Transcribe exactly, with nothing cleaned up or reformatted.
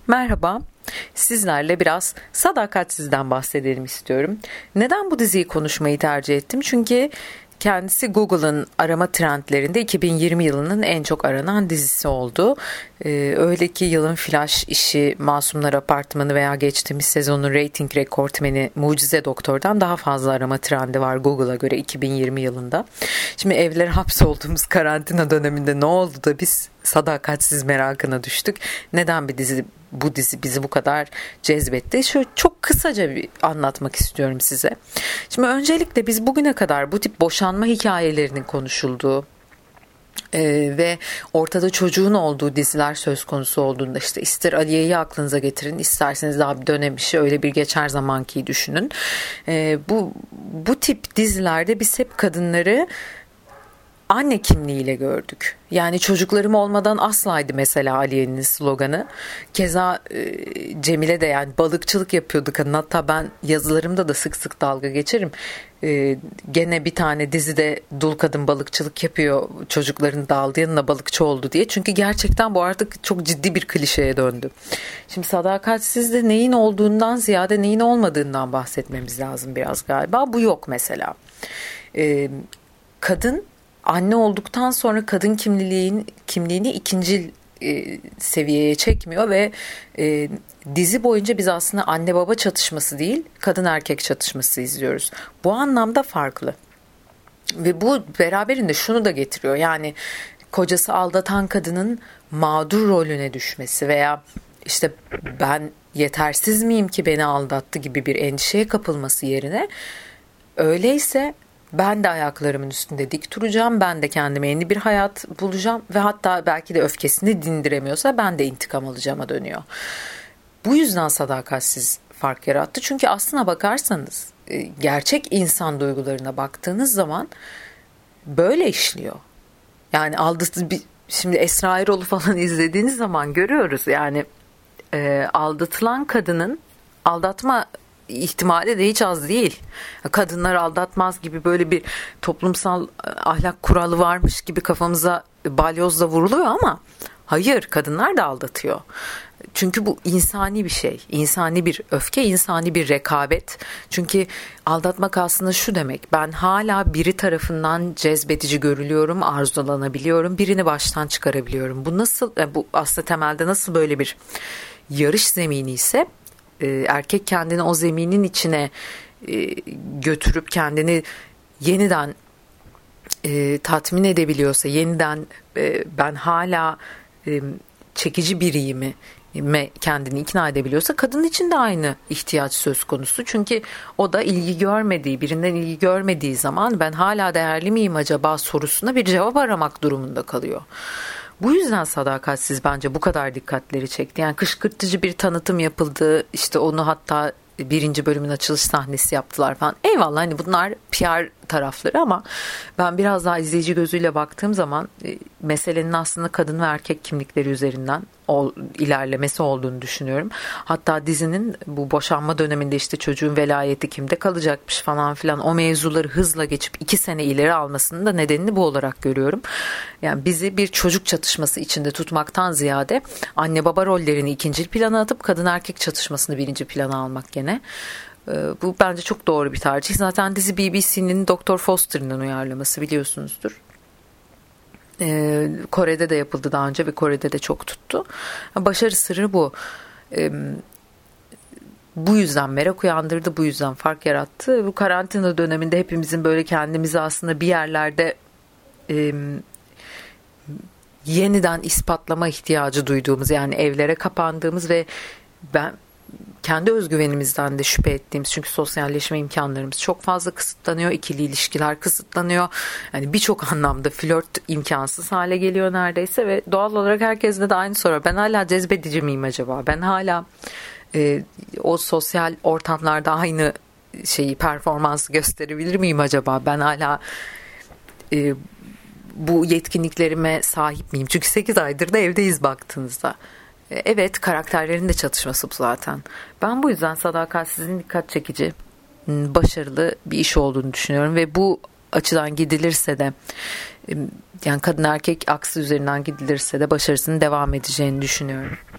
Merhaba, sizlerle biraz Sadakatsiz'den bahsedelim istiyorum. Neden bu diziyi konuşmayı tercih ettim? Çünkü kendisi Google'ın arama trendlerinde iki bin yirmi yılının en çok aranan dizisi oldu. Ee, öyle ki yılın flash işi, Masumlar Apartmanı veya geçtiğimiz sezonun reyting rekortmeni Mucize Doktor'dan daha fazla arama trendi var Google'a göre iki bin yirmi yılında. Şimdi evlere hapsolduğumuz karantina döneminde ne oldu da biz sadakatsiz merakına düştük? Neden bir dizi bu dizi bizi bu kadar cezbetti? Şöyle çok kısaca bir anlatmak istiyorum size. Şimdi öncelikle biz bugüne kadar bu tip boşanma hikayelerinin konuşulduğu Ee, ve ortada çocuğun olduğu diziler söz konusu olduğunda işte ister Aliye'yi aklınıza getirin, isterseniz daha bir dönem işi, öyle bir geçer zamankiyi düşünün. Ee, bu bu tip dizilerde biz hep kadınları anne kimliğiyle gördük. Yani çocuklarım olmadan aslaydı mesela Aliye'nin sloganı. Keza e, Cemile de yani balıkçılık yapıyordu kadın. Hatta ben yazılarımda da sık sık dalga geçerim. E, gene bir tane dizide dul kadın balıkçılık yapıyor, çocuklarını da aldı yanına balıkçı oldu diye. Çünkü gerçekten bu artık çok ciddi bir klişeye döndü. Şimdi sadakatsizde neyin olduğundan ziyade neyin olmadığından bahsetmemiz lazım biraz galiba. Bu yok mesela. E, kadın anne olduktan sonra kadın kimliğin kimliğini ikinci e, seviyeye çekmiyor ve e, dizi boyunca biz aslında anne baba çatışması değil, kadın erkek çatışması izliyoruz. Bu anlamda farklı. Ve bu beraberinde şunu da getiriyor. Yani kocası aldatan kadının mağdur rolüne düşmesi veya işte ben yetersiz miyim ki beni aldattı gibi bir endişeye kapılması yerine öyleyse ben de ayaklarımın üstünde dik duracağım. Ben de kendime yeni bir hayat bulacağım. Ve hatta belki de öfkesini dindiremiyorsa ben de intikam alacağıma dönüyor. Bu yüzden sadakatsiz fark yarattı. Çünkü aslına bakarsanız gerçek insan duygularına baktığınız zaman böyle işliyor. Yani aldatı bir, şimdi Esra Erol'u falan izlediğiniz zaman görüyoruz. Yani e, aldatılan kadının aldatma ihtimali de hiç az değil. Kadınlar aldatmaz gibi böyle bir toplumsal ahlak kuralı varmış gibi kafamıza balyozla vuruluyor ama hayır, kadınlar da aldatıyor. Çünkü bu insani bir şey. İnsani bir öfke, insani bir rekabet. Çünkü aldatmak aslında şu demek. Ben hala biri tarafından cezbedici görülüyorum, arzulanabiliyorum, birini baştan çıkarabiliyorum. Bu nasıl, bu aslında temelde nasıl böyle bir yarış zemini ise erkek kendini o zeminin içine götürüp kendini yeniden e, tatmin edebiliyorsa, yeniden e, ben hala e, çekici biriyim mi kendini ikna edebiliyorsa, kadın için de aynı ihtiyaç söz konusu. Çünkü o da ilgi görmediği, birinden ilgi görmediği zaman ben hala değerli miyim acaba sorusuna bir cevap aramak durumunda kalıyor. Bu yüzden sadakatsiz bence bu kadar dikkatleri çekti. Yani kışkırtıcı bir tanıtım yapıldı. İşte onu hatta birinci bölümün açılış sahnesi yaptılar falan. Eyvallah, hani bunlar P R tarafları ama ben biraz daha izleyici gözüyle baktığım zaman e, meselenin aslında kadın ve erkek kimlikleri üzerinden ol, ilerlemesi olduğunu düşünüyorum. Hatta dizinin bu boşanma döneminde işte çocuğun velayeti kimde kalacakmış falan filan, o mevzuları hızla geçip iki sene ileri almasının da nedenini bu olarak görüyorum. Yani bizi bir çocuk çatışması içinde tutmaktan ziyade anne baba rollerini ikinci plana atıp kadın erkek çatışmasını birinci plana almak gene. Bu bence çok doğru bir tercih. Zaten dizi B B C'nin Doktor Foster'ın uyarlaması, biliyorsunuzdur. Ee, Kore'de de yapıldı daha önce ve Kore'de de çok tuttu. Başarı sırrı bu. Ee, bu yüzden merak uyandırdı, bu yüzden fark yarattı. Bu karantina döneminde hepimizin böyle kendimizi aslında bir yerlerde e, yeniden ispatlama ihtiyacı duyduğumuz, yani evlere kapandığımız ve ben kendi özgüvenimizden de şüphe ettiğimiz, çünkü sosyalleşme imkanlarımız çok fazla kısıtlanıyor, ikili ilişkiler kısıtlanıyor. Yani birçok anlamda flört imkansız hale geliyor neredeyse ve doğal olarak herkeste de aynı soru. Ben hala cezbedici miyim acaba? Ben hala e, o sosyal ortamlarda aynı şeyi, performansı gösterebilir miyim acaba? Ben hala e, bu yetkinliklerime sahip miyim? Çünkü sekiz aydır da evdeyiz baktığınızda. Evet, karakterlerin de çatışması bu zaten. Ben bu yüzden sadakatsizliğin dikkat çekici, başarılı bir iş olduğunu düşünüyorum ve bu açıdan gidilirse de, yani kadın erkek aksı üzerinden gidilirse de başarısının devam edeceğini düşünüyorum.